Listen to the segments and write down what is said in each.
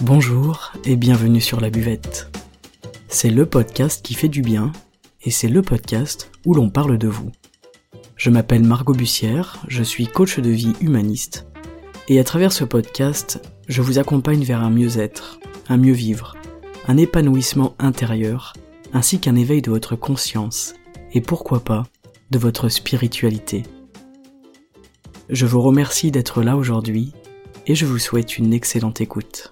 Bonjour et bienvenue sur La Buvette. C'est le podcast qui fait du bien et c'est le podcast où l'on parle de vous. Je m'appelle Margot Bussière, je suis coach de vie humaniste et à travers ce podcast, je vous accompagne vers un mieux-être, un mieux vivre, un épanouissement intérieur ainsi qu'un éveil de votre conscience et pourquoi pas de votre spiritualité. Je vous remercie d'être là aujourd'hui et je vous souhaite une excellente écoute.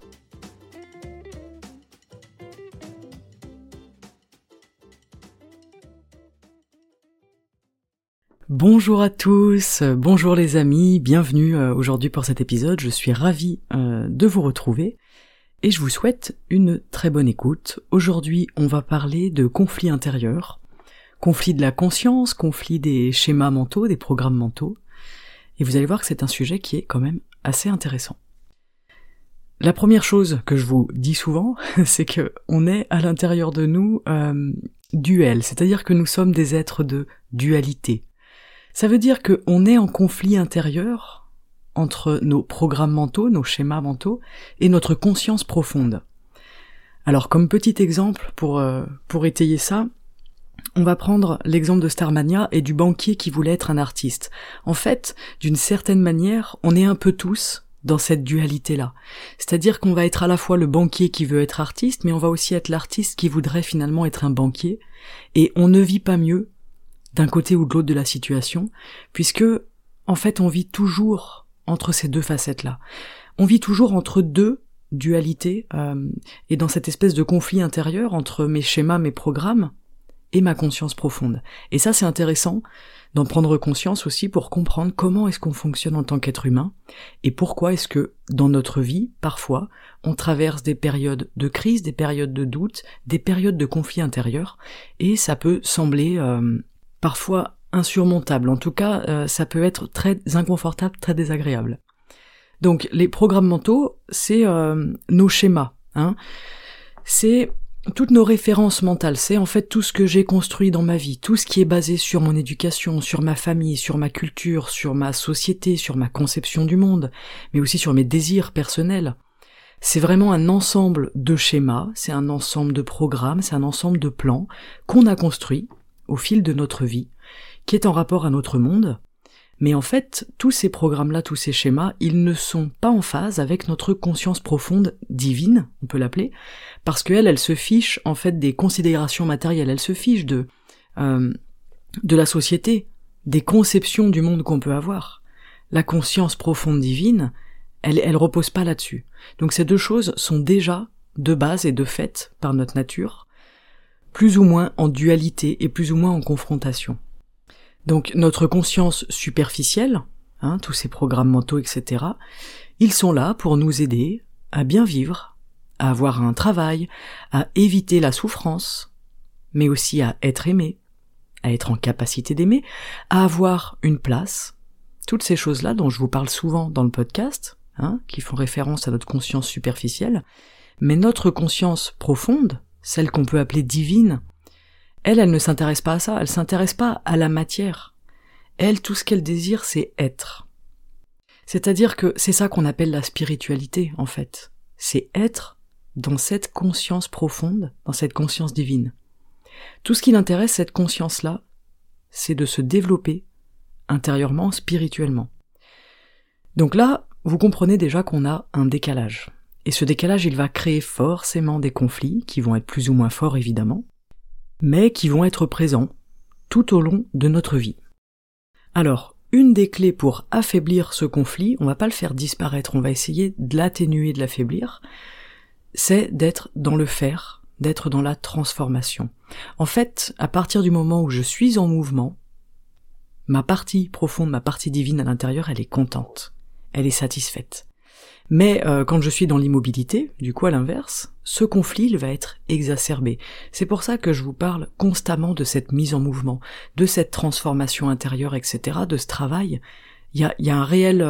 Bonjour à tous, bonjour les amis, bienvenue aujourd'hui pour cet épisode, je suis ravie de vous retrouver et je vous souhaite une très bonne écoute. Aujourd'hui on va parler de conflits intérieurs, conflits de la conscience, conflits des schémas mentaux, des programmes mentaux, et vous allez voir que c'est un sujet qui est quand même assez intéressant. La première chose que je vous dis souvent, c'est que on est à l'intérieur de nous duel, c'est-à-dire que nous sommes des êtres de dualité. Ça veut dire qu'on est en conflit intérieur entre nos programmes mentaux, nos schémas mentaux, et notre conscience profonde. Alors comme petit exemple pour étayer ça, on va prendre l'exemple de Starmania et du banquier qui voulait être un artiste. En fait, d'une certaine manière, on est un peu tous dans cette dualité-là. C'est-à-dire qu'on va être à la fois le banquier qui veut être artiste, mais on va aussi être l'artiste qui voudrait finalement être un banquier, et on ne vit pas mieux d'un côté ou de l'autre de la situation, puisque, en fait, on vit toujours entre ces deux facettes-là. On vit toujours entre deux dualités, et dans cette espèce de conflit intérieur entre mes schémas, mes programmes, et ma conscience profonde. Et ça, c'est intéressant d'en prendre conscience aussi pour comprendre comment est-ce qu'on fonctionne en tant qu'être humain, et pourquoi est-ce que, dans notre vie, parfois, on traverse des périodes de crise, des périodes de doute, des périodes de conflit intérieur, et ça peut sembler parfois insurmontable, en tout cas ça peut être très inconfortable, très désagréable. Donc les programmes mentaux, c'est nos schémas, c'est toutes nos références mentales, c'est en fait tout ce que j'ai construit dans ma vie, tout ce qui est basé sur mon éducation, sur ma famille, sur ma culture, sur ma société, sur ma conception du monde, mais aussi sur mes désirs personnels. C'est vraiment un ensemble de schémas, c'est un ensemble de programmes, c'est un ensemble de plans qu'on a construits au fil de notre vie, qui est en rapport à notre monde, mais en fait, tous ces programmes-là, tous ces schémas, ils ne sont pas en phase avec notre conscience profonde divine, on peut l'appeler, parce qu'elle, elle se fiche en fait des considérations matérielles, elle se fiche de la société, des conceptions du monde qu'on peut avoir. La conscience profonde divine, elle repose pas là-dessus. Donc ces deux choses sont déjà de base et de fait par notre nature, plus ou moins en dualité et plus ou moins en confrontation. Donc notre conscience superficielle, tous ces programmes mentaux, etc., ils sont là pour nous aider à bien vivre, à avoir un travail, à éviter la souffrance, mais aussi à être aimé, à être en capacité d'aimer, à avoir une place, toutes ces choses-là dont je vous parle souvent dans le podcast, qui font référence à notre conscience superficielle, mais notre conscience profonde, celle qu'on peut appeler divine, elle ne s'intéresse pas à ça, elle s'intéresse pas à la matière. Elle, tout ce qu'elle désire, c'est être. C'est-à-dire que c'est ça qu'on appelle la spiritualité, en fait. C'est être dans cette conscience profonde, dans cette conscience divine. Tout ce qui l'intéresse, cette conscience-là, c'est de se développer intérieurement, spirituellement. Donc là, vous comprenez déjà qu'on a un décalage. Et ce décalage, il va créer forcément des conflits, qui vont être plus ou moins forts évidemment, mais qui vont être présents tout au long de notre vie. Alors, une des clés pour affaiblir ce conflit, on va pas le faire disparaître, on va essayer de l'atténuer, de l'affaiblir, c'est d'être dans le faire, d'être dans la transformation. En fait, à partir du moment où je suis en mouvement, ma partie profonde, ma partie divine à l'intérieur, elle est contente, elle est satisfaite. Mais quand je suis dans l'immobilité, du coup à l'inverse, ce conflit il va être exacerbé. C'est pour ça que je vous parle constamment de cette mise en mouvement, de cette transformation intérieure, etc., de ce travail. Il y a un réel,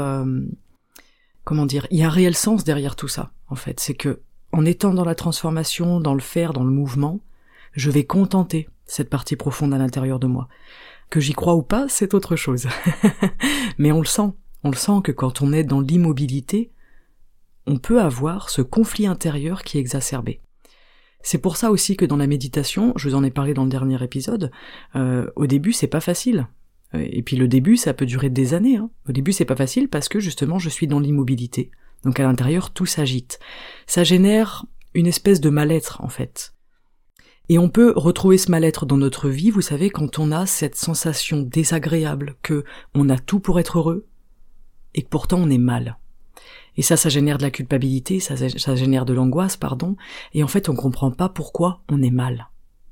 il y a un réel sens derrière tout ça, en fait. C'est que, en étant dans la transformation, dans le faire, dans le mouvement, je vais contenter cette partie profonde à l'intérieur de moi. Que j'y crois ou pas, c'est autre chose. Mais on le sent que quand on est dans l'immobilité, on peut avoir ce conflit intérieur qui est exacerbé. C'est pour ça aussi que dans la méditation, je vous en ai parlé dans le dernier épisode, au début c'est pas facile. Et puis le début ça peut durer des années. Au début c'est pas facile parce que justement je suis dans l'immobilité. Donc à l'intérieur tout s'agite. Ça génère une espèce de mal-être en fait. Et on peut retrouver ce mal-être dans notre vie, vous savez, quand on a cette sensation désagréable que on a tout pour être heureux et que pourtant on est mal. Et ça génère de la culpabilité, ça génère de l'angoisse, et en fait on comprend pas pourquoi on est mal.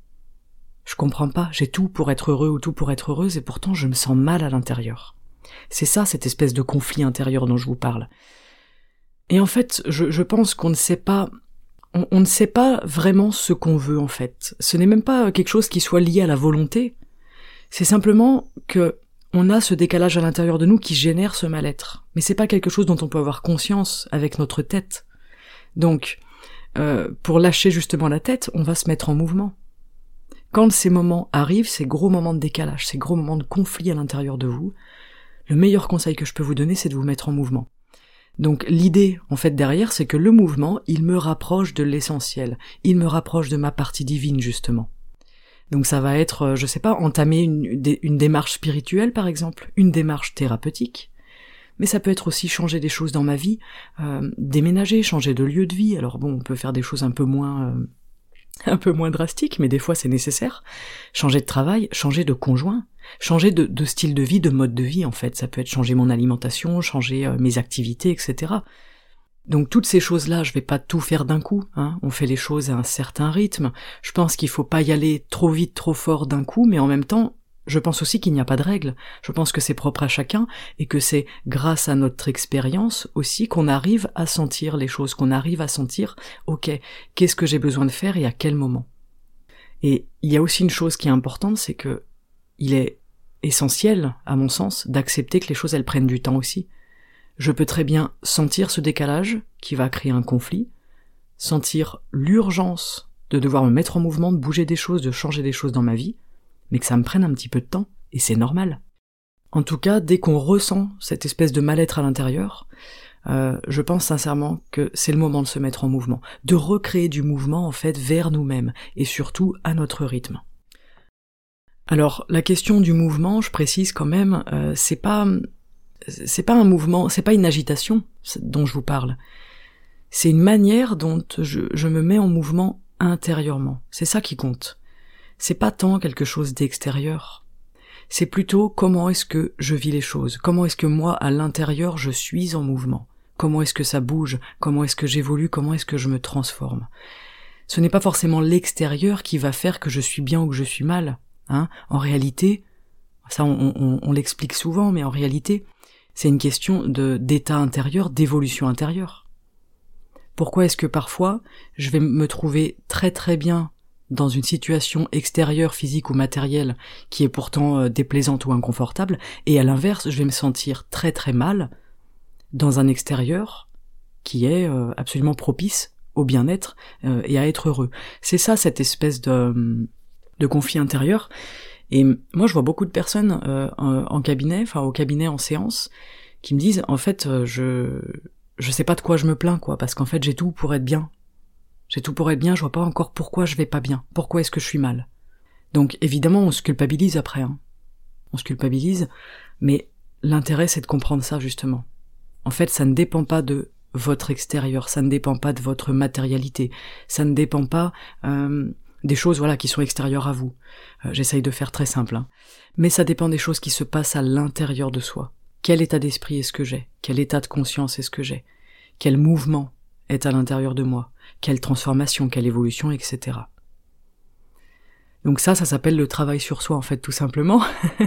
Je comprends pas, j'ai tout pour être heureux ou tout pour être heureuse et pourtant je me sens mal à l'intérieur. C'est ça cette espèce de conflit intérieur dont je vous parle. Et en fait, je pense qu'on ne sait pas, on ne sait pas vraiment ce qu'on veut en fait. Ce n'est même pas quelque chose qui soit lié à la volonté, c'est simplement que on a ce décalage à l'intérieur de nous qui génère ce mal-être. Mais c'est pas quelque chose dont on peut avoir conscience avec notre tête. Donc, pour lâcher justement la tête, on va se mettre en mouvement. Quand ces moments arrivent, ces gros moments de décalage, ces gros moments de conflit à l'intérieur de vous, le meilleur conseil que je peux vous donner, c'est de vous mettre en mouvement. Donc l'idée, en fait, derrière, c'est que le mouvement, il me rapproche de l'essentiel. Il me rapproche de ma partie divine, justement. Donc ça va être, je sais pas, entamer une démarche spirituelle par exemple, une démarche thérapeutique, mais ça peut être aussi changer des choses dans ma vie, déménager, changer de lieu de vie. Alors bon, on peut faire des choses un peu moins drastiques, mais des fois c'est nécessaire. Changer de travail, changer de conjoint, changer de style de vie, de mode de vie en fait. Ça peut être changer mon alimentation, changer mes activités, etc. Donc toutes ces choses-là, je vais pas tout faire d'un coup, on fait les choses à un certain rythme. Je pense qu'il faut pas y aller trop vite, trop fort d'un coup, mais en même temps, je pense aussi qu'il n'y a pas de règle. Je pense que c'est propre à chacun et que c'est grâce à notre expérience aussi qu'on arrive à sentir les choses, qu'on arrive à sentir, ok, qu'est-ce que j'ai besoin de faire et à quel moment. Et il y a aussi une chose qui est importante, c'est que il est essentiel, à mon sens, d'accepter que les choses elles prennent du temps aussi. Je peux très bien sentir ce décalage qui va créer un conflit, sentir l'urgence de devoir me mettre en mouvement, de bouger des choses, de changer des choses dans ma vie, mais que ça me prenne un petit peu de temps, et c'est normal. En tout cas, dès qu'on ressent cette espèce de mal-être à l'intérieur, je pense sincèrement que c'est le moment de se mettre en mouvement, de recréer du mouvement en fait vers nous-mêmes, et surtout à notre rythme. Alors, la question du mouvement, je précise quand même, c'est pas un mouvement, c'est pas une agitation dont je vous parle. C'est une manière dont je me mets en mouvement intérieurement. C'est ça qui compte. C'est pas tant quelque chose d'extérieur. C'est plutôt comment est-ce que je vis les choses. Comment est-ce que moi, à l'intérieur, je suis en mouvement. Comment est-ce que ça bouge. Comment est-ce que j'évolue. Comment est-ce que je me transforme. Ce n'est pas forcément l'extérieur qui va faire que je suis bien ou que je suis mal. En réalité, ça on l'explique souvent, mais en réalité, c'est une question d'état intérieur, d'évolution intérieure. Pourquoi est-ce que parfois, je vais me trouver très très bien dans une situation extérieure, physique ou matérielle, qui est pourtant déplaisante ou inconfortable, et à l'inverse, je vais me sentir très très mal dans un extérieur qui est absolument propice au bien-être et à être heureux. C'est ça, cette espèce de conflit intérieur. Et moi, je vois beaucoup de personnes en cabinet, au cabinet en séance, qui me disent, en fait, je sais pas de quoi je me plains, parce qu'en fait, j'ai tout pour être bien. J'ai tout pour être bien, je vois pas encore pourquoi je vais pas bien. Pourquoi est-ce que je suis mal? Donc, évidemment, on se culpabilise après, On se culpabilise, mais l'intérêt, c'est de comprendre ça, justement. En fait, ça ne dépend pas de votre extérieur, ça ne dépend pas de votre matérialité, ça ne dépend pas des choses qui sont extérieures à vous. J'essaye de faire très simple, mais ça dépend des choses qui se passent à l'intérieur de soi. Quel état d'esprit est-ce que j'ai? Quel état de conscience est-ce que j'ai? Quel mouvement est à l'intérieur de moi? Quelle transformation, quelle évolution, etc. Donc ça s'appelle le travail sur soi, en fait, tout simplement.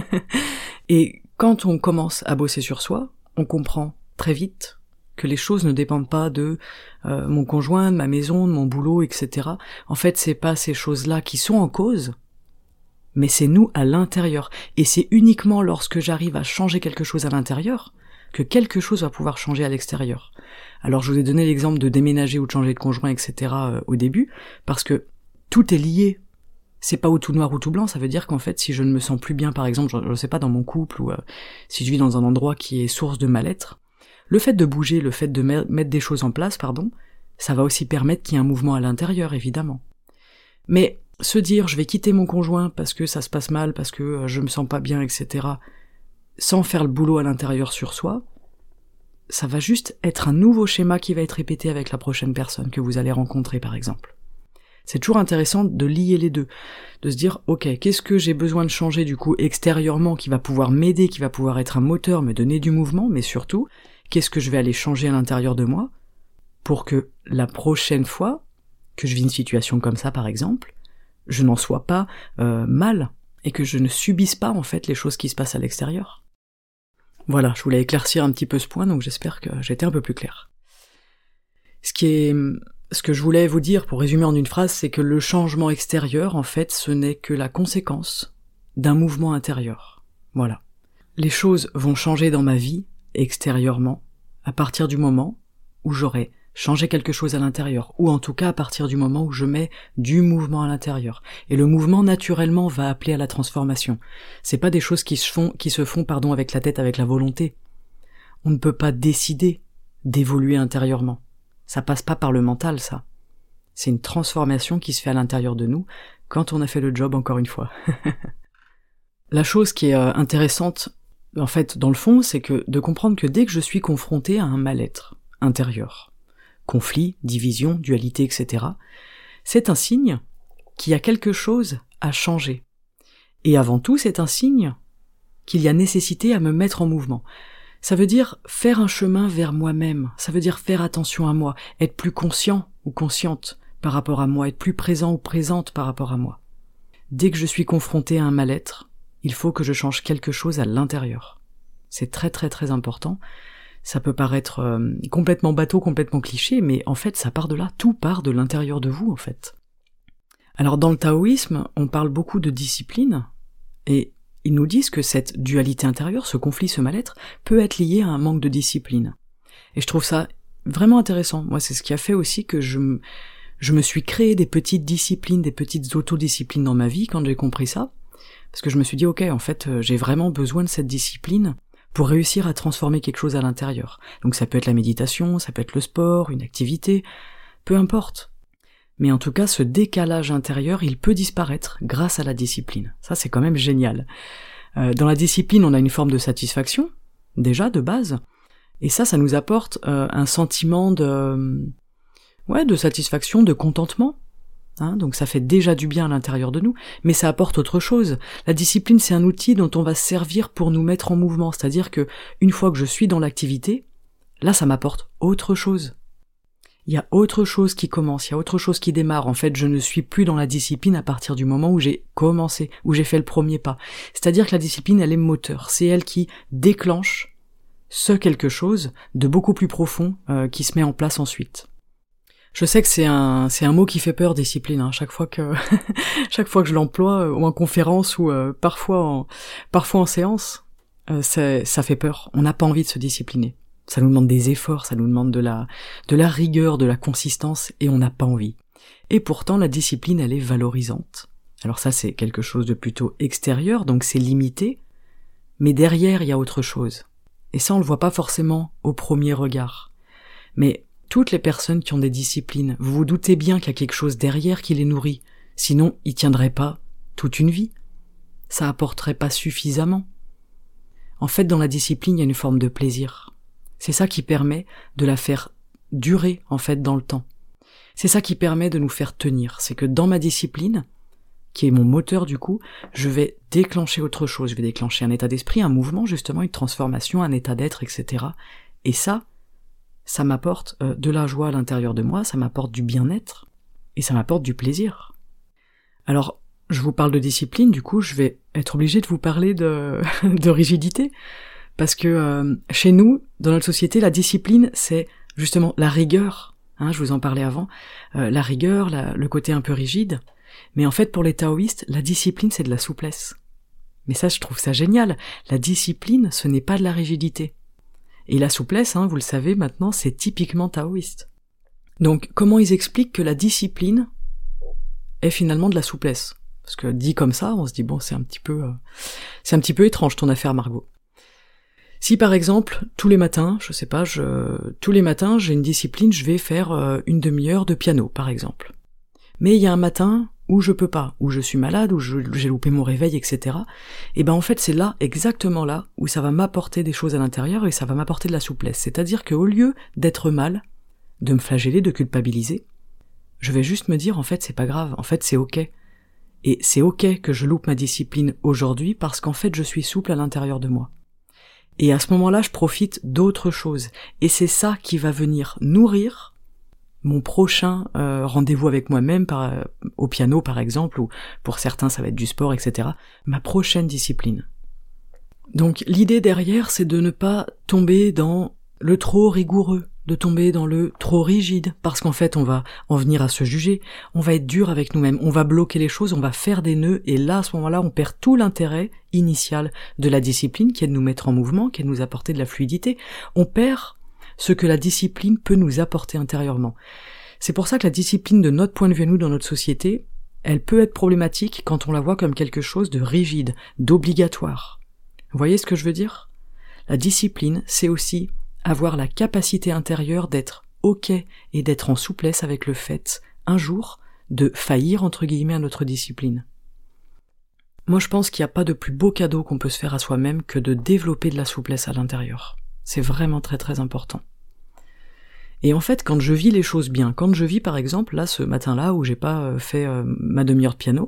Et quand on commence à bosser sur soi, on comprend très vite que les choses ne dépendent pas de mon conjoint, de ma maison, de mon boulot, etc. En fait, c'est pas ces choses-là qui sont en cause, mais c'est nous à l'intérieur. Et c'est uniquement lorsque j'arrive à changer quelque chose à l'intérieur que quelque chose va pouvoir changer à l'extérieur. Alors je vous ai donné l'exemple de déménager ou de changer de conjoint, etc. Au début, parce que tout est lié. C'est pas ou tout noir ou tout blanc, ça veut dire qu'en fait, si je ne me sens plus bien, par exemple, je sais pas, dans mon couple, ou si je vis dans un endroit qui est source de mal-être, Le fait de bouger, le fait de mettre des choses en place, ça va aussi permettre qu'il y ait un mouvement à l'intérieur, évidemment. Mais se dire je vais quitter mon conjoint parce que ça se passe mal, parce que je me sens pas bien, etc., sans faire le boulot à l'intérieur sur soi, ça va juste être un nouveau schéma qui va être répété avec la prochaine personne que vous allez rencontrer, par exemple. C'est toujours intéressant de lier les deux, de se dire, ok, qu'est-ce que j'ai besoin de changer du coup extérieurement qui va pouvoir m'aider, qui va pouvoir être un moteur, me donner du mouvement, mais surtout, qu'est-ce que je vais aller changer à l'intérieur de moi pour que la prochaine fois que je vis une situation comme ça, par exemple, je n'en sois pas mal et que je ne subisse pas en fait les choses qui se passent à l'extérieur. Voilà, je voulais éclaircir un petit peu ce point, donc j'espère que j'ai été un peu plus clair. Ce que je voulais vous dire, pour résumer en une phrase, c'est que le changement extérieur, en fait, ce n'est que la conséquence d'un mouvement intérieur. Voilà. Les choses vont changer dans ma vie, extérieurement, à partir du moment où j'aurai changé quelque chose à l'intérieur, ou en tout cas à partir du moment où je mets du mouvement à l'intérieur. Et le mouvement, naturellement, va appeler à la transformation. C'est pas des choses qui se font avec la tête, avec la volonté. On ne peut pas décider d'évoluer intérieurement. Ça passe pas par le mental, ça. C'est une transformation qui se fait à l'intérieur de nous, quand on a fait le job, encore une fois. La chose qui est intéressante, en fait, dans le fond, c'est de comprendre que dès que je suis confronté à un mal-être intérieur, conflit, division, dualité, etc., c'est un signe qu'il y a quelque chose à changer. Et avant tout, c'est un signe qu'il y a nécessité à me mettre en mouvement. Ça veut dire faire un chemin vers moi-même, ça veut dire faire attention à moi, être plus conscient ou consciente par rapport à moi, être plus présent ou présente par rapport à moi. Dès que je suis confronté à un mal-être, il faut que je change quelque chose à l'intérieur. C'est très très très important. Ça peut paraître complètement bateau, complètement cliché, mais en fait ça part de là, tout part de l'intérieur de vous en fait. Alors dans le taoïsme, on parle beaucoup de discipline, et ils nous disent que cette dualité intérieure, ce conflit, ce mal-être, peut être lié à un manque de discipline. Et je trouve ça vraiment intéressant. Moi, c'est ce qui a fait aussi que je me suis créé des petites disciplines, des petites autodisciplines dans ma vie quand j'ai compris ça. Parce que je me suis dit, ok, en fait, j'ai vraiment besoin de cette discipline pour réussir à transformer quelque chose à l'intérieur. Donc ça peut être la méditation, ça peut être le sport, une activité, peu importe. Mais en tout cas, ce décalage intérieur, il peut disparaître grâce à la discipline. Ça, c'est quand même génial. Dans la discipline, on a une forme de satisfaction, déjà, de base, et ça nous apporte un sentiment de satisfaction, de contentement. Donc ça fait déjà du bien à l'intérieur de nous, mais ça apporte autre chose. La discipline, c'est un outil dont on va se servir pour nous mettre en mouvement, c'est-à-dire que une fois que je suis dans l'activité, là, ça m'apporte autre chose. Il y a autre chose qui commence, il y a autre chose qui démarre. En fait, je ne suis plus dans la discipline à partir du moment où j'ai commencé, où j'ai fait le premier pas. C'est-à-dire que la discipline, elle est moteur. C'est elle qui déclenche ce quelque chose de beaucoup plus profond qui se met en place ensuite. Je sais que c'est un mot qui fait peur, discipline, chaque fois que je l'emploie, ou en conférence, ou parfois en séance, ça fait peur. On n'a pas envie de se discipliner. Ça nous demande des efforts, ça nous demande de la rigueur, de la consistance, et on n'a pas envie. Et pourtant, la discipline, elle est valorisante. Alors ça, c'est quelque chose de plutôt extérieur, donc c'est limité, mais derrière, il y a autre chose. Et ça, on le voit pas forcément au premier regard. Mais toutes les personnes qui ont des disciplines, vous vous doutez bien qu'il y a quelque chose derrière qui les nourrit, sinon ils tiendraient pas toute une vie. Ça apporterait pas suffisamment. En fait, dans la discipline, il y a une forme de plaisir. C'est ça qui permet de la faire durer, en fait, dans le temps. C'est ça qui permet de nous faire tenir. C'est que dans ma discipline, qui est mon moteur du coup, je vais déclencher autre chose. Je vais déclencher un état d'esprit, un mouvement, justement, une transformation, un état d'être, etc. Et ça m'apporte de la joie à l'intérieur de moi, ça m'apporte du bien-être, et ça m'apporte du plaisir. Alors, je vous parle de discipline, du coup, je vais être obligé de vous parler de rigidité. Parce que chez nous, dans notre société, la discipline, c'est justement la rigueur. Je vous en parlais avant. La rigueur, le côté un peu rigide. Mais en fait, pour les taoïstes, la discipline, c'est de la souplesse. Mais ça, je trouve ça génial. La discipline, ce n'est pas de la rigidité. Et la souplesse, vous le savez maintenant, c'est typiquement taoïste. Donc, comment ils expliquent que la discipline est finalement de la souplesse? Parce que dit comme ça, on se dit, bon, c'est un petit peu étrange ton affaire, Margot. Si par exemple, tous les matins, tous les matins j'ai une discipline, je vais faire une demi-heure de piano, par exemple. Mais il y a un matin où je peux pas, où je suis malade, où j'ai loupé mon réveil, etc. Et ben en fait c'est là, exactement là, où ça va m'apporter des choses à l'intérieur et ça va m'apporter de la souplesse. C'est-à-dire qu'au lieu d'être mal, de me flageller, de culpabiliser, je vais juste me dire en fait c'est pas grave, en fait c'est ok. Et c'est ok que je loupe ma discipline aujourd'hui parce qu'en fait je suis souple à l'intérieur de moi. Et à ce moment-là, je profite d'autres choses. Et c'est ça qui va venir nourrir mon prochain rendez-vous avec moi-même, au piano par exemple, ou pour certains ça va être du sport, etc. Ma prochaine discipline. Donc l'idée derrière, c'est de ne pas tomber dans le trop rigoureux, de tomber dans le trop rigide, parce qu'en fait on va en venir à se juger, on va être dur avec nous-mêmes, on va bloquer les choses, on va faire des nœuds, et là à ce moment-là on perd tout l'intérêt initial de la discipline, qui est de nous mettre en mouvement, qui est de nous apporter de la fluidité, on perd ce que la discipline peut nous apporter intérieurement. C'est pour ça que la discipline de notre point de vue à nous dans notre société, elle peut être problématique quand on la voit comme quelque chose de rigide, d'obligatoire. Vous voyez ce que je veux dire ? La discipline, c'est aussi avoir la capacité intérieure d'être ok et d'être en souplesse avec le fait, un jour, de faillir entre guillemets à notre discipline. Moi je pense qu'il n'y a pas de plus beau cadeau qu'on peut se faire à soi-même que de développer de la souplesse à l'intérieur. C'est vraiment très très important. Et en fait quand je vis les choses bien, quand je vis par exemple là ce matin-là où j'ai pas fait ma demi-heure de piano,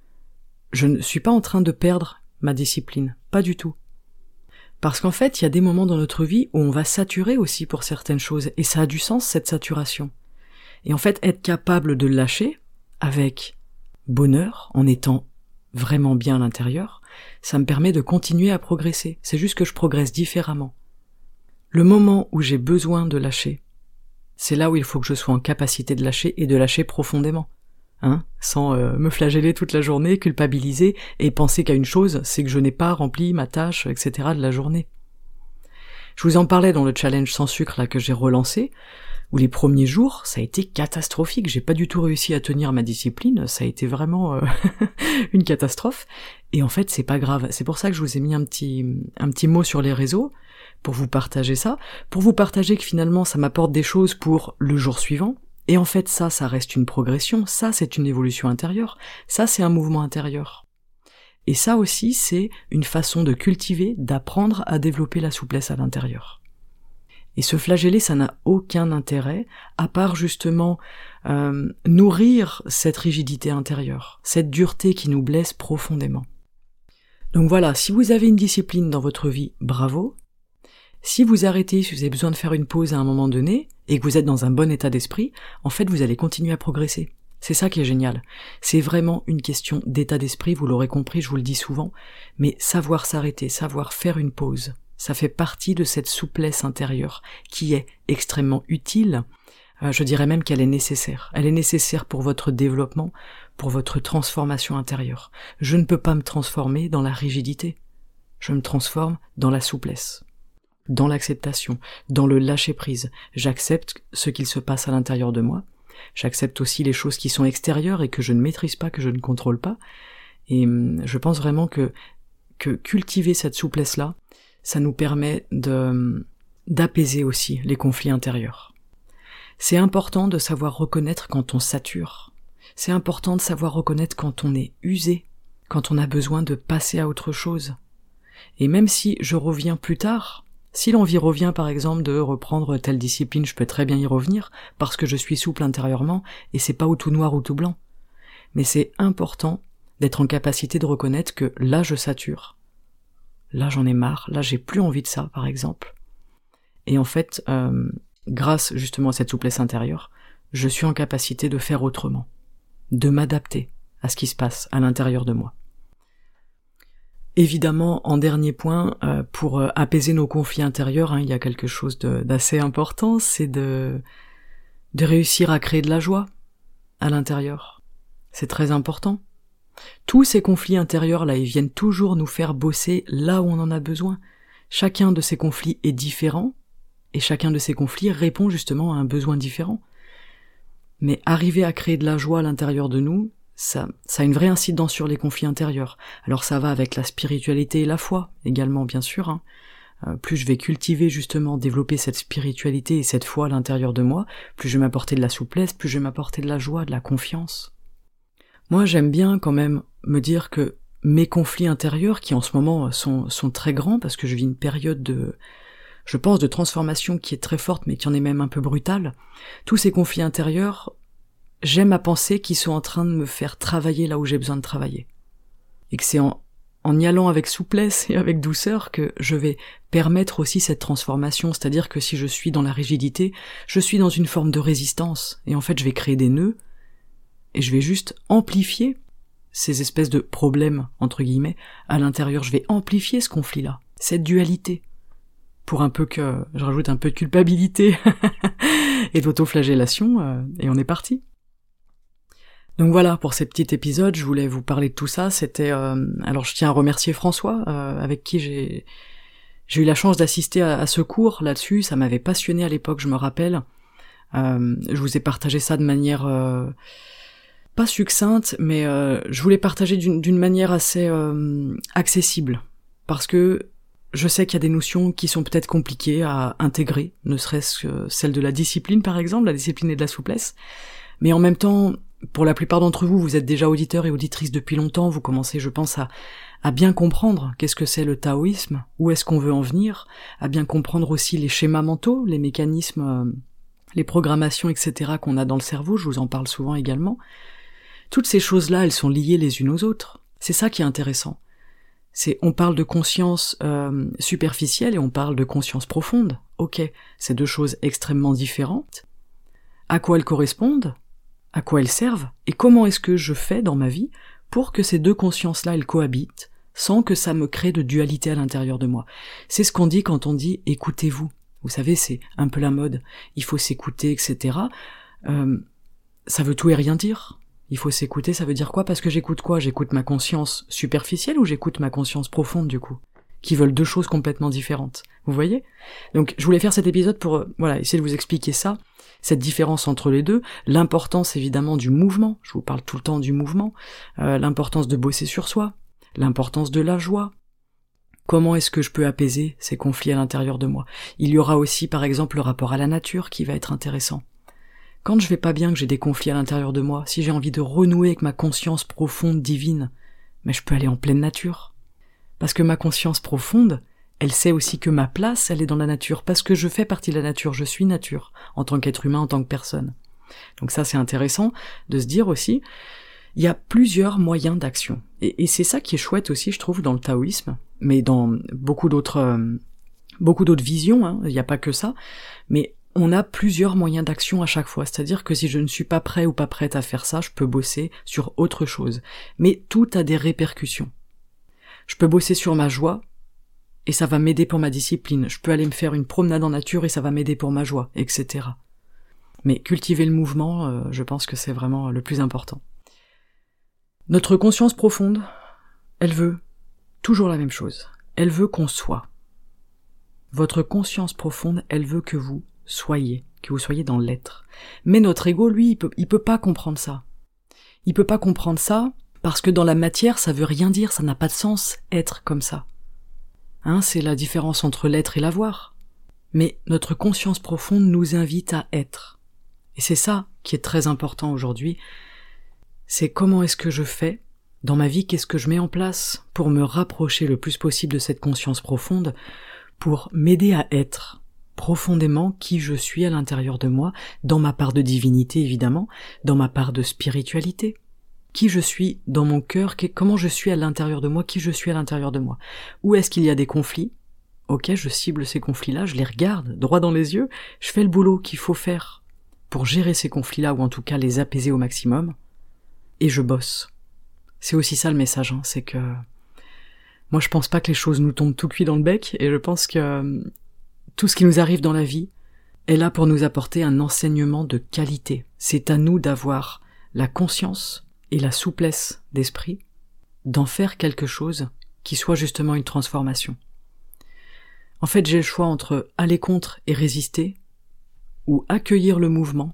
je ne suis pas en train de perdre ma discipline, pas du tout. Parce qu'en fait, il y a des moments dans notre vie où on va saturer aussi pour certaines choses, et ça a du sens cette saturation. Et en fait, être capable de le lâcher, avec bonheur, en étant vraiment bien à l'intérieur, ça me permet de continuer à progresser. C'est juste que je progresse différemment. Le moment où j'ai besoin de lâcher, c'est là où il faut que je sois en capacité de lâcher, et de lâcher profondément. Sans me flageller toute la journée, culpabiliser et penser qu'à une chose, c'est que je n'ai pas rempli ma tâche, etc. de la journée. Je vous en parlais dans le challenge sans sucre là que j'ai relancé, où les premiers jours, ça a été catastrophique, j'ai pas du tout réussi à tenir ma discipline, ça a été vraiment une catastrophe, et en fait c'est pas grave, c'est pour ça que je vous ai mis un petit mot sur les réseaux, pour vous partager ça, pour vous partager que finalement ça m'apporte des choses pour le jour suivant. Et en fait ça reste une progression, ça c'est une évolution intérieure, ça c'est un mouvement intérieur. Et ça aussi c'est une façon de cultiver, d'apprendre à développer la souplesse à l'intérieur. Et se flageller ça n'a aucun intérêt, à part justement nourrir cette rigidité intérieure, cette dureté qui nous blesse profondément. Donc voilà, si vous avez une discipline dans votre vie, bravo. Si vous arrêtez, si vous avez besoin de faire une pause à un moment donné, et que vous êtes dans un bon état d'esprit, en fait vous allez continuer à progresser. C'est ça qui est génial. C'est vraiment une question d'état d'esprit, vous l'aurez compris, je vous le dis souvent, mais savoir s'arrêter, savoir faire une pause, ça fait partie de cette souplesse intérieure qui est extrêmement utile. Je dirais même qu'elle est nécessaire. Elle est nécessaire pour votre développement, pour votre transformation intérieure. Je ne peux pas me transformer dans la rigidité. Je me transforme dans la souplesse, dans l'acceptation, dans le lâcher-prise. J'accepte ce qu'il se passe à l'intérieur de moi. J'accepte aussi les choses qui sont extérieures et que je ne maîtrise pas, que je ne contrôle pas. Et je pense vraiment que cultiver cette souplesse-là, ça nous permet d'apaiser aussi les conflits intérieurs. C'est important de savoir reconnaître quand on sature. C'est important de savoir reconnaître quand on est usé, quand on a besoin de passer à autre chose. Et même si je reviens plus tard, si l'envie revient par exemple de reprendre telle discipline, je peux très bien y revenir, parce que je suis souple intérieurement, et c'est pas ou tout noir ou tout blanc. Mais c'est important d'être en capacité de reconnaître que là je sature. Là j'en ai marre, là j'ai plus envie de ça par exemple. Et en fait, grâce justement à cette souplesse intérieure, je suis en capacité de faire autrement, de m'adapter à ce qui se passe à l'intérieur de moi. Évidemment, en dernier point, pour apaiser nos conflits intérieurs, il y a quelque chose d'assez important, c'est de réussir à créer de la joie à l'intérieur. C'est très important. Tous ces conflits intérieurs-là, ils viennent toujours nous faire bosser là où on en a besoin. Chacun de ces conflits est différent, et chacun de ces conflits répond justement à un besoin différent. Mais arriver à créer de la joie à l'intérieur de nous, ça a une vraie incidence sur les conflits intérieurs. Alors ça va avec la spiritualité et la foi, également bien sûr, plus je vais cultiver justement, développer cette spiritualité et cette foi à l'intérieur de moi, plus je vais m'apporter de la souplesse, plus je vais m'apporter de la joie, de la confiance. Moi j'aime bien quand même me dire que mes conflits intérieurs, qui en ce moment sont très grands, parce que je vis une période je pense, de transformation qui est très forte, mais qui en est même un peu brutale, tous ces conflits intérieurs, j'aime à penser qu'ils sont en train de me faire travailler là où j'ai besoin de travailler. Et que c'est en y allant avec souplesse et avec douceur que je vais permettre aussi cette transformation, c'est-à-dire que si je suis dans la rigidité, je suis dans une forme de résistance, et en fait je vais créer des nœuds, et je vais juste amplifier ces espèces de problèmes, entre guillemets, à l'intérieur. Je vais amplifier ce conflit-là, cette dualité, pour un peu que je rajoute un peu de culpabilité et d'autoflagellation, et on est parti. Donc voilà, pour ces petits épisodes, je voulais vous parler de tout ça. C'était alors je tiens à remercier François, avec qui j'ai eu la chance d'assister à ce cours là-dessus. Ça m'avait passionné à l'époque, je me rappelle. Je vous ai partagé ça de manière pas succincte, mais je voulais partager d'une manière assez accessible, parce que je sais qu'il y a des notions qui sont peut-être compliquées à intégrer, ne serait-ce que celle de la discipline par exemple, la discipline et de la souplesse, mais en même temps, pour la plupart d'entre vous, vous êtes déjà auditeurs et auditrices depuis longtemps, vous commencez, je pense, à bien comprendre qu'est-ce que c'est le taoïsme, où est-ce qu'on veut en venir, à bien comprendre aussi les schémas mentaux, les mécanismes, les programmations, etc. qu'on a dans le cerveau, je vous en parle souvent également. Toutes ces choses-là, elles sont liées les unes aux autres. C'est ça qui est intéressant. On parle de conscience superficielle et on parle de conscience profonde. Ok, c'est deux choses extrêmement différentes. À quoi elles correspondent ? À quoi elles servent, et comment est-ce que je fais dans ma vie pour que ces deux consciences-là, elles cohabitent, sans que ça me crée de dualité à l'intérieur de moi. C'est ce qu'on dit quand on dit « écoutez-vous ». Vous savez, c'est un peu la mode, il faut s'écouter, etc. Ça veut tout et rien dire. Il faut s'écouter, ça veut dire quoi? Parce que j'écoute quoi? J'écoute ma conscience superficielle ou j'écoute ma conscience profonde, du coup? Qui veulent deux choses complètement différentes. Vous voyez? Donc, je voulais faire cet épisode pour, essayer de vous expliquer ça, cette différence entre les deux, l'importance évidemment du mouvement, je vous parle tout le temps du mouvement, l'importance de bosser sur soi, l'importance de la joie, comment est-ce que je peux apaiser ces conflits à l'intérieur de moi. Il y aura aussi par exemple le rapport à la nature qui va être intéressant. Quand je vais pas bien, que j'ai des conflits à l'intérieur de moi, si j'ai envie de renouer avec ma conscience profonde divine, mais je peux aller en pleine nature. Parce que ma conscience profonde, elle sait aussi que ma place, elle est dans la nature, parce que je fais partie de la nature, je suis nature, en tant qu'être humain, en tant que personne. Donc ça, c'est intéressant de se dire aussi, il y a plusieurs moyens d'action. Et c'est ça qui est chouette aussi, je trouve, dans le taoïsme, mais dans beaucoup d'autres visions, il n'y a pas que ça, mais on a plusieurs moyens d'action à chaque fois, c'est-à-dire que si je ne suis pas prêt ou pas prête à faire ça, je peux bosser sur autre chose. Mais tout a des répercussions. Je peux bosser sur ma joie, et ça va m'aider pour ma discipline. Je peux aller me faire une promenade en nature et ça va m'aider pour ma joie, etc. Mais cultiver le mouvement, je pense que c'est vraiment le plus important. Notre conscience profonde, elle veut toujours la même chose. Elle veut qu'on soit. Votre conscience profonde, elle veut que vous soyez dans l'être. Mais notre ego, lui, il peut pas comprendre ça. Il peut pas comprendre ça parce que dans la matière, ça veut rien dire, ça n'a pas de sens, être comme ça. C'est la différence entre l'être et l'avoir. Mais notre conscience profonde nous invite à être. Et c'est ça qui est très important aujourd'hui. C'est comment est-ce que je fais dans ma vie, qu'est-ce que je mets en place pour me rapprocher le plus possible de cette conscience profonde, pour m'aider à être profondément qui je suis à l'intérieur de moi, dans ma part de divinité évidemment, dans ma part de spiritualité. Qui je suis dans mon cœur, comment je suis à l'intérieur de moi, qui je suis à l'intérieur de moi. Où est-ce qu'il y a des conflits? Ok, je cible ces conflits-là, je les regarde droit dans les yeux, je fais le boulot qu'il faut faire pour gérer ces conflits-là, ou en tout cas les apaiser au maximum, et je bosse. C'est aussi ça le message, c'est que moi je pense pas que les choses nous tombent tout cuit dans le bec, et je pense que tout ce qui nous arrive dans la vie est là pour nous apporter un enseignement de qualité. C'est à nous d'avoir la conscience et la souplesse d'esprit d'en faire quelque chose qui soit justement une transformation. En fait, j'ai le choix entre aller contre et résister, ou accueillir le mouvement,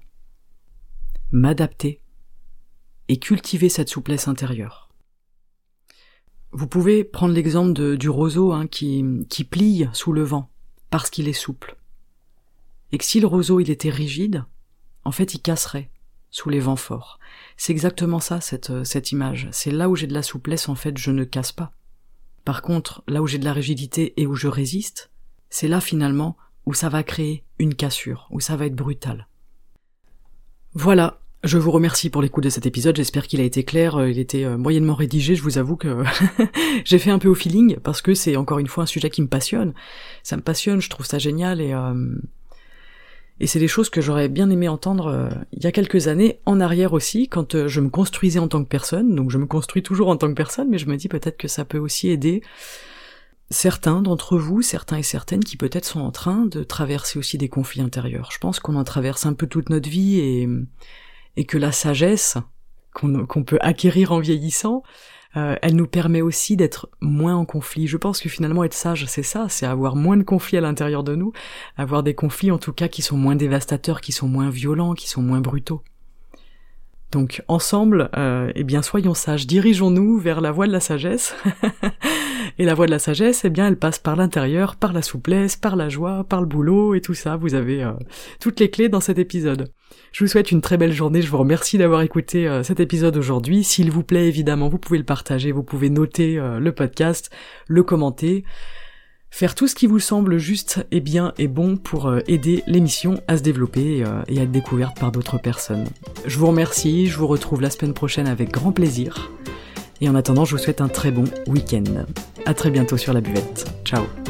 m'adapter et cultiver cette souplesse intérieure. Vous pouvez prendre l'exemple du roseau qui plie sous le vent, parce qu'il est souple. Et que si le roseau il était rigide, en fait il casserait sous les vents forts. C'est exactement ça cette image. C'est là où j'ai de la souplesse, en fait je ne casse pas. Par contre, là où j'ai de la rigidité et où je résiste, c'est là finalement où ça va créer une cassure, où ça va être brutal. Voilà, je vous remercie pour l'écoute de cet épisode, j'espère qu'il a été clair, il était moyennement rédigé, je vous avoue que j'ai fait un peu au feeling, parce que c'est encore une fois un sujet qui me passionne. Ça me passionne, je trouve ça génial, et c'est des choses que j'aurais bien aimé entendre il y a quelques années, en arrière aussi, quand je me construisais en tant que personne, donc je me construis toujours en tant que personne, mais je me dis peut-être que ça peut aussi aider certains d'entre vous, certains et certaines qui peut-être sont en train de traverser aussi des conflits intérieurs. Je pense qu'on en traverse un peu toute notre vie et que la sagesse qu'on peut acquérir en vieillissant, elle nous permet aussi d'être moins en conflit. Je pense que finalement être sage, c'est ça, c'est avoir moins de conflits à l'intérieur de nous, avoir des conflits en tout cas qui sont moins dévastateurs, qui sont moins violents, qui sont moins brutaux. Donc ensemble, eh bien soyons sages, dirigeons-nous vers la voie de la sagesse. Et la voie de la sagesse, eh bien elle passe par l'intérieur, par la souplesse, par la joie, par le boulot et tout ça. Vous avez toutes les clés dans cet épisode. Je vous souhaite une très belle journée, je vous remercie d'avoir écouté cet épisode aujourd'hui. S'il vous plaît, évidemment, vous pouvez le partager, vous pouvez noter le podcast, le commenter, faire tout ce qui vous semble juste et bien et bon pour aider l'émission à se développer et à être découverte par d'autres personnes. Je vous remercie, je vous retrouve la semaine prochaine avec grand plaisir. Et en attendant, je vous souhaite un très bon week-end. À très bientôt sur la buvette. Ciao.